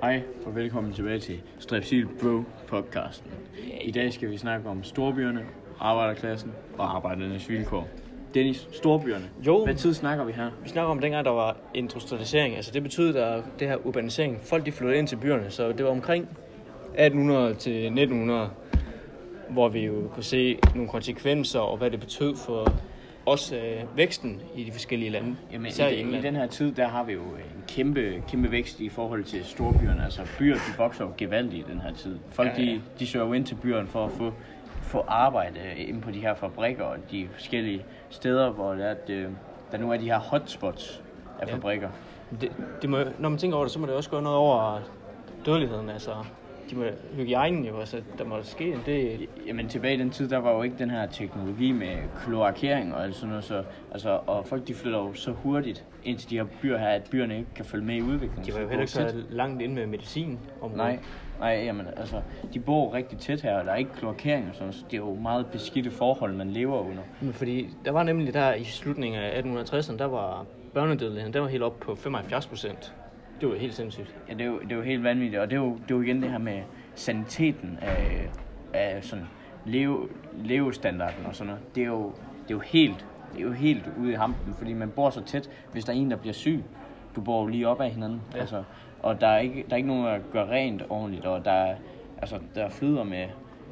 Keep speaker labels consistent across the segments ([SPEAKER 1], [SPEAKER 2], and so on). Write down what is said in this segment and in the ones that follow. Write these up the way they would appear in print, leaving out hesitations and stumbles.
[SPEAKER 1] Hej og velkommen tilbage til Strepsil Bro podcasten. I dag skal vi snakke om storbyerne, arbejderklassen og arbejdernes vilkår. Dennis, storbyerne. Hvad tid snakker vi her?
[SPEAKER 2] Vi snakker om dengang der var industrialisering. Altså det betød der det her urbanisering. Folk de flyttede ind til byerne, så det var omkring 1800 til 1900, hvor vi jo kunne se nogle konsekvenser og hvad det betød for også væksten i de forskellige lande.
[SPEAKER 1] Jamen, i den her tid, der har vi jo en kæmpe vækst i forhold til storbyerne. Altså byer, de vokser jo gevaldigt i den her tid. Folk, de søger jo ind til byerne for at få arbejde inde på de her fabrikker og de forskellige steder, hvor der nu er de her hotspots af fabrikker.
[SPEAKER 2] Det må, når man tænker over det, så må det også gå noget over dødeligheden, altså. Hygiejnen jo, altså der må ske det.
[SPEAKER 1] Jamen tilbage i den tid, der var jo ikke den her teknologi med kloakering og alt sådan noget, så altså, og folk de flytter jo så hurtigt ind til de her byer her, at byerne ikke kan følge med i udviklingen.
[SPEAKER 2] De var jo heller ikke så langt inde med medicin.
[SPEAKER 1] Nej, jamen altså, de bor rigtig tæt her, og der er ikke kloakering og sådan, så det er jo meget beskidte forhold, man lever under.
[SPEAKER 2] Men fordi der var nemlig der i slutningen af 1860'erne, der var børnedødeligheden, der var helt op på 75%. Det var helt sindssygt.
[SPEAKER 1] Ja, det er jo helt vanvittigt, og det er jo igen det her med saniteten af sådan levestandarden og sådan noget. Det er jo helt ude i hampen, fordi man bor så tæt, hvis der er en, der bliver syg. Du bor jo lige op ad hinanden, altså, og der er ikke nogen, der gør rent ordentligt, og der flyder med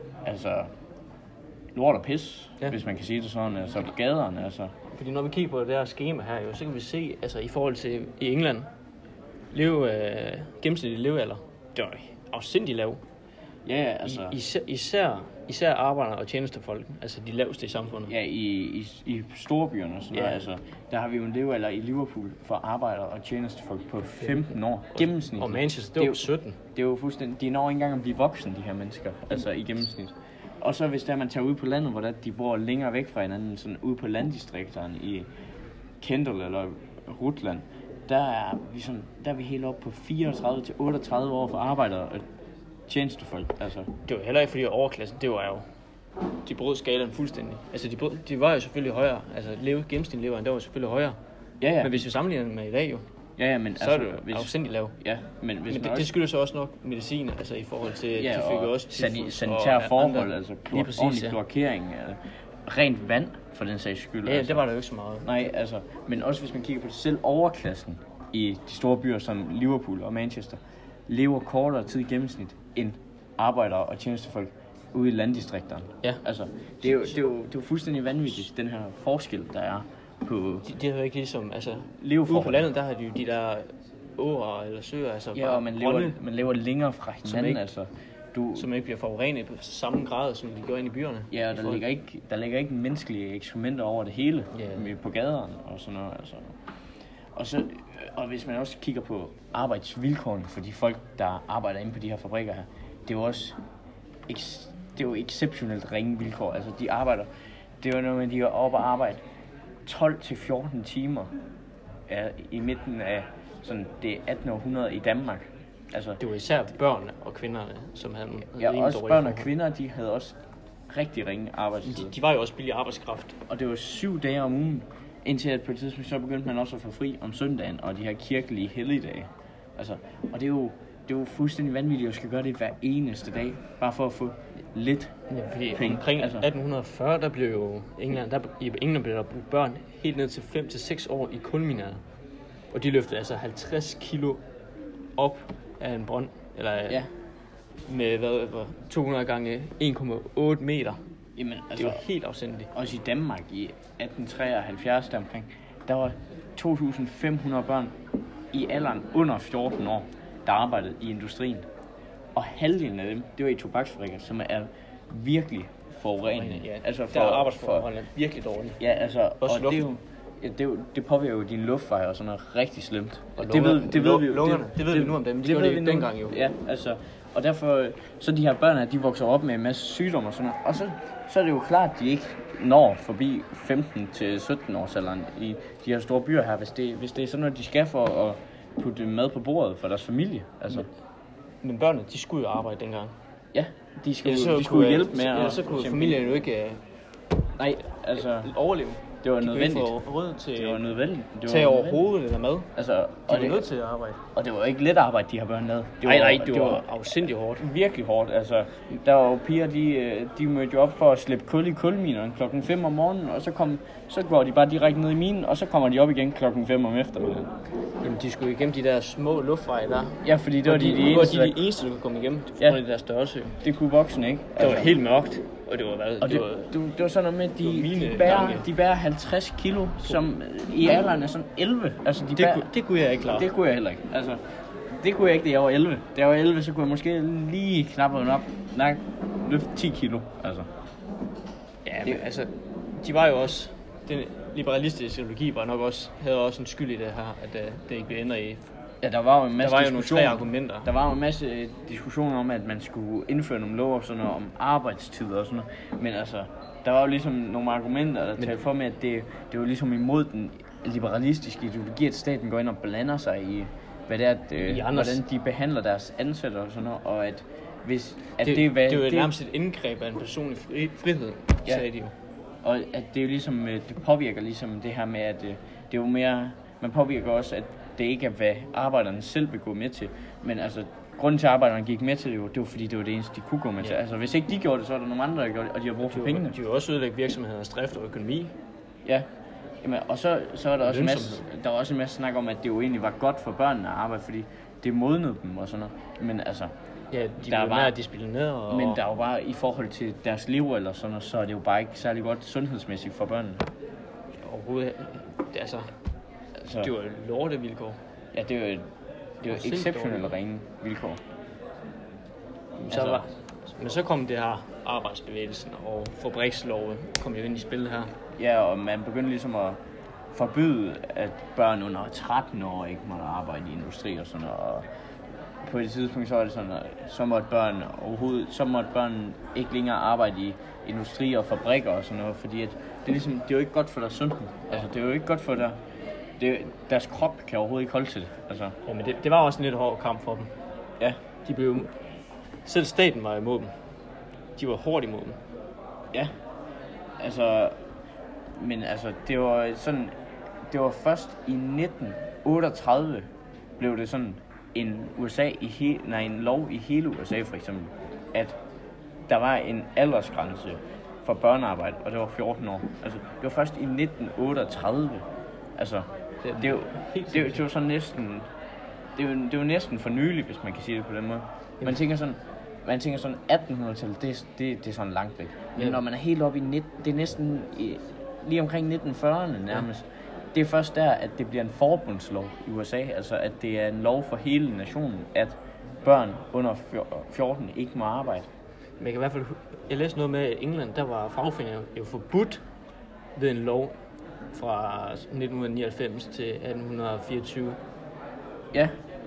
[SPEAKER 1] lort og pis, hvis man kan sige det sådan, altså på gaderne, altså.
[SPEAKER 2] Fordi når vi kigger på det her skema her, jo, så kan vi se, altså i forhold til i England, gennemsnitlig levealder, det var afsindig lav.
[SPEAKER 1] Ja, altså.
[SPEAKER 2] Især arbejdere og tjenestefolk, altså de laveste i samfundet.
[SPEAKER 1] Ja, i storbyerne og sådan noget, altså. Der har vi jo en levealder i Liverpool for arbejdere og tjenestefolk på 15 år. Gennemsnit.
[SPEAKER 2] Og Manchester, det var 17.
[SPEAKER 1] Det er jo fuldstændig, de når ikke engang at blive voksne, de her mennesker, altså i gennemsnit. Og så hvis man tager ud på landet, hvor de bor længere væk fra hinanden, sådan ude på landdistrikterne i Kendal eller Rutland, der er vi helt oppe på 34 til 38 år for arbejdere og tjenestefolk. Altså. Det
[SPEAKER 2] var heller ikke fordi overklassen, det var jo, de brød skalaen fuldstændig. Altså de var jo selvfølgelig højere, altså gennemsnitsleveren, der var selvfølgelig højere. Ja. Men hvis vi sammenligner med i dag jo,
[SPEAKER 1] men
[SPEAKER 2] så er det jo afsindig lav.
[SPEAKER 1] Ja, men
[SPEAKER 2] det skyldes så også nok medicin, altså i forhold til,
[SPEAKER 1] de
[SPEAKER 2] fik jo også
[SPEAKER 1] sanitære forhold, altså ordentlig kloakering, rent vand for den sags skyld.
[SPEAKER 2] Ja, det var der jo ikke så meget.
[SPEAKER 1] Nej, altså, men også hvis man kigger på det selv overklassen i de store byer som Liverpool og Manchester, lever kortere tid i gennemsnit end arbejdere og tjenestefolk ude i landdistrikterne. Ja. Altså, det er jo fuldstændig vanvittigt, den her forskel, der er på.
[SPEAKER 2] Det er jo ikke ligesom, altså,
[SPEAKER 1] leveforhold.
[SPEAKER 2] Ude på landet, der har de jo de der åer eller søer, altså.
[SPEAKER 1] Ja, og man lever længere fra hinanden, altså.
[SPEAKER 2] Som ikke bliver forurenet på samme grad, som de gør ind i byerne.
[SPEAKER 1] Ja, og der ligger ikke menneskelige ekskrementer over det hele på gaderne og sådan noget. Altså. Og hvis man også kigger på arbejdsvilkårene for de folk, der arbejder inde på de her fabrikker her, det er jo exceptionelt ringe vilkår. Altså de arbejder, det er jo noget med, de er oppe og arbejde 12 til 14 timer i midten af sådan det 1800 i Danmark. Altså,
[SPEAKER 2] det var især børn og kvinderne, som havde
[SPEAKER 1] også børn og kvinder, de havde også rigtig ringe arbejdstid.
[SPEAKER 2] De var jo også billig arbejdskraft.
[SPEAKER 1] Og det var 7 dage om ugen, indtil at på et tidspunkt så begyndte man også at få fri om søndagen og de her kirkelige helligdage. Altså, og det er jo fuldstændig vanvittigt at skal gøre det hver eneste dag, bare for at få lidt penge.
[SPEAKER 2] Omkring 1840, der blev jo i England blev der brugt børn helt ned til 5 til 6 år i kulmineret. Og de løftede altså 50 kilo op af en brønd, eller med 200 gange 1,8 meter.
[SPEAKER 1] Jamen, altså,
[SPEAKER 2] det var helt afsindigt.
[SPEAKER 1] Også i Danmark i 1873 deromkring, der var 2.500 børn i alderen under 14 år, der arbejdede i industrien. Og halvdelen af dem, det var i tobaksfabrikker, som er virkelig forurenende.
[SPEAKER 2] Ja, altså der er arbejdsforholdene virkelig dårlige.
[SPEAKER 1] Ja, altså, og det påvirker jo din luftveje og sådan noget rigtig slemt.
[SPEAKER 2] Og det ved vi jo. Det ved vi nu om dem. Det ved vi dengang jo.
[SPEAKER 1] Ja, altså, og derfor så de her børn her, de vokser op med en masse sygdomme og sådan noget. Og så er det jo klart, at de ikke når forbi 15 til 17 års alderen i de her store byer her, hvis det er sådan noget, de skal for at putte mad på bordet for deres familie. Altså.
[SPEAKER 2] Men børnene, de skulle jo arbejde dengang.
[SPEAKER 1] Ja, de skulle hjælpe med.
[SPEAKER 2] Så kunne familien jo ikke
[SPEAKER 1] overleve. Det var nødvendigt.
[SPEAKER 2] De kunne ikke få råd til
[SPEAKER 1] det var nødvendigt.
[SPEAKER 2] tage over hovedet eller mad.
[SPEAKER 1] Altså,
[SPEAKER 2] de var nødt til at arbejde.
[SPEAKER 1] Og det var ikke let arbejde, de her børn lavede.
[SPEAKER 2] Det var afsindig hårdt.
[SPEAKER 1] Virkelig hårdt. Altså, der var jo piger, de mødte jo op for at slippe kul i kulminerne klokken 5 om morgenen, og så går de bare direkte ned i minen, og så kommer de op igen klokken 5 om eftermiddagen.
[SPEAKER 2] Jamen, de skulle igennem de der små luftveje der.
[SPEAKER 1] Ja, fordi det var de
[SPEAKER 2] eneste, der kunne komme igennem, for de der størrelse.
[SPEAKER 1] Det kunne voksne, ikke?
[SPEAKER 2] Det var helt mørkt, og det var hvad?
[SPEAKER 1] Og det var sådan noget med, de bærer 50 kilo, som i alderen er sådan 11. Altså,
[SPEAKER 2] det kunne jeg ikke klare.
[SPEAKER 1] Det kunne jeg heller ikke. Altså, det kunne jeg ikke, da jeg var 11. Da jeg var 11, så kunne jeg måske lige knappe op, løfte 10 kilo, altså.
[SPEAKER 2] Ja, men altså, de var jo også, den liberalistiske ideologi havde også en skyld i det her, at det ikke blev ændret i.
[SPEAKER 1] Ja, der var jo en masse
[SPEAKER 2] diskussioner. Nogle argumenter.
[SPEAKER 1] Der var jo en masse diskussioner om, at man skulle indføre nogle love og sådan noget, om arbejdstider og sådan noget. Men altså, der var jo ligesom nogle argumenter, der talte for med, at det var ligesom imod den liberalistiske ideologi, at staten går ind og blander sig i, hvad det er, hvordan de behandler deres ansatte og sådan noget, og at hvis... At
[SPEAKER 2] det er jo nærmest et indgreb af en personlig frihed, sagde de jo.
[SPEAKER 1] Og at det jo ligesom, det påvirker ligesom det her med, at det er jo mere... Man påvirker også, at det ikke er, hvad arbejderne selv vil gå med til, men altså, grunden til, at arbejderne gik med til det var fordi det var det eneste, de kunne gå med til. Altså, hvis ikke de gjorde det, så er der nogle andre, der gjorde det, og de har brug for pengene.
[SPEAKER 2] De vil også ødelægge virksomheders drift og økonomi.
[SPEAKER 1] Ja, jamen, og så er der også en masse snak om, at det jo egentlig var godt for børnene at arbejde, fordi det modnede dem og sådan noget. Men altså...
[SPEAKER 2] Ja, de blev mere disciplineret.
[SPEAKER 1] Men der er jo bare, i forhold til deres liv eller sådan noget, så er det jo bare ikke særlig godt sundhedsmæssigt for børnene.
[SPEAKER 2] Overhovedet, altså, det var lortevilkår.
[SPEAKER 1] Ja, det var exceptionelle ringe vilkår.
[SPEAKER 2] Men så kom det her arbejdsbevægelsen og fabriksloven kom jo ind i spil her.
[SPEAKER 1] Ja, og man begyndte ligesom at forbyde, at børn under 13 år ikke måtte arbejde i industri og sådan noget. Og på et tidspunkt så var det sådan, at så måtte børn ikke længere arbejde i industri og fabrikker og sådan noget, fordi at det er jo ikke godt for deres sundhed. Altså, det er jo ikke godt for deres krop kan overhovedet ikke holde til det. Altså.
[SPEAKER 2] Ja, men det var også en lidt hård kamp for dem.
[SPEAKER 1] Ja.
[SPEAKER 2] Selv staten var imod dem. De var hårdt imod dem.
[SPEAKER 1] Ja. Altså, men altså, det var først i 1938 blev det sådan en lov i hele USA for eksempel, at der var en aldersgrænse for børnearbejde, og det var 14 år. Altså, det var først i 1938. Altså, det var sådan næsten, det var næsten for nylig, hvis man kan sige det på den måde. Man tænker sådan 1800-tallet, det er sådan langt væk. Men når man er helt oppe i det er næsten lige omkring 1940'erne nærmest. Det er først der, at det bliver en forbundslov i USA, altså at det er en lov for hele nationen, at børn under 14 ikke må arbejde.
[SPEAKER 2] Men jeg kan i hvert fald, jeg læste noget med, at i England, der var fagforeninger jo forbudt ved en lov fra 1999 til 1824.
[SPEAKER 1] Ja,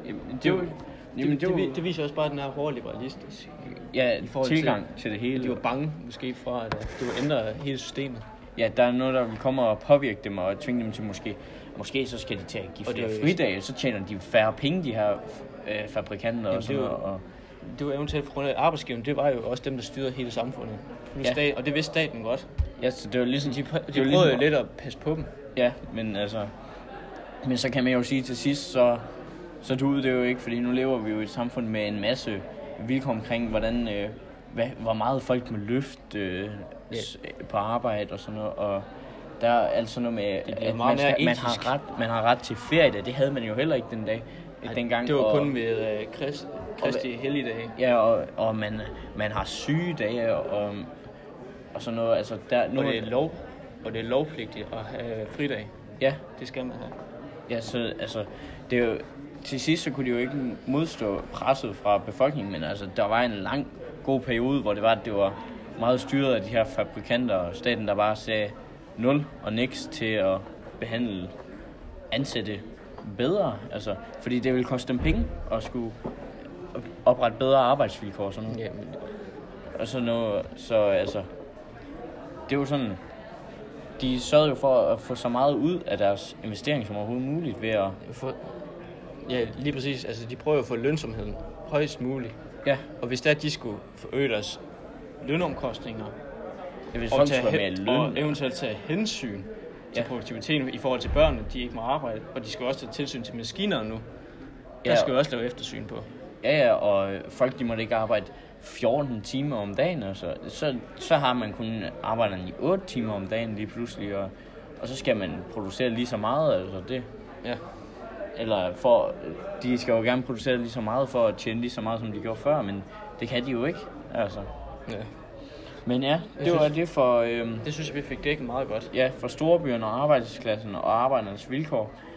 [SPEAKER 2] det viser også bare, at den er hårdt liberalistisk.
[SPEAKER 1] Ja, tilgang til det hele.
[SPEAKER 2] De var bange måske for, at det ville ændre hele systemet.
[SPEAKER 1] Ja, der er noget, der vil komme og påvirke dem og tvinge dem til måske så skal de til at give flere fridage, så tjener de færre penge, de her fabrikanter og sådan noget.
[SPEAKER 2] Det var eventuelt på grund af arbejdsgiveren, det var jo også dem, der styrede hele samfundet. Og det vidste staten godt.
[SPEAKER 1] Ja, så det var ligesom...
[SPEAKER 2] De prøvede jo lidt at passe på dem.
[SPEAKER 1] Ja, men altså... Men så kan man jo sige til sidst, så duede det jo ikke, fordi nu lever vi jo i et samfund med en masse vilkår omkring, hvordan... hvor meget folk må løfte på arbejde og sådan noget, og der er altså noget med, at man har ret til ferie, det havde man jo heller ikke den dag. Dengang,
[SPEAKER 2] det var kun med Kristi helligdage.
[SPEAKER 1] Ja, og man har sygedage og sådan noget. Altså,
[SPEAKER 2] og det er lovpligtigt at have fridag.
[SPEAKER 1] Ja.
[SPEAKER 2] Det skal man have.
[SPEAKER 1] Ja, så altså, det er jo, til sidst så kunne de jo ikke modstå presset fra befolkningen, men altså, der var en lang, god periode, hvor det var meget styret af de her fabrikanter og staten, der bare sagde 0 og niks til at behandle ansatte bedre, altså, fordi det ville koste dem penge at skulle oprette bedre arbejdsvilkår og sådan noget. Ja, og sådan noget, så altså, det er jo sådan, de sørgede jo for at få så meget ud af deres investering som overhovedet muligt ved at...
[SPEAKER 2] Ja, lige præcis, altså de prøver at få lønsomheden højst muligt.
[SPEAKER 1] Ja.
[SPEAKER 2] Og hvis de skulle forøge deres lønomkostninger,
[SPEAKER 1] og eventuelt
[SPEAKER 2] tage hensyn til produktiviteten i forhold til børnene, de ikke må arbejde, og de skal også tage tilsyn til maskinerne nu. Der skal jo også lave eftersyn på.
[SPEAKER 1] Ja, og folk, de måtte ikke arbejde 14 timer om dagen, altså. Så har man kun arbejdet i 8 timer om dagen lige pludselig, og så skal man producere lige så meget, altså det.
[SPEAKER 2] Ja.
[SPEAKER 1] Eller de skal jo gerne producere lige så meget for at tjene lige så meget, som de gjorde før, men det kan de jo ikke, altså.
[SPEAKER 2] Ja.
[SPEAKER 1] Men ja, det for...
[SPEAKER 2] det synes jeg, vi fik dækket meget godt.
[SPEAKER 1] Ja, for storbyerne og arbejdsklassen og arbejdernes vilkår.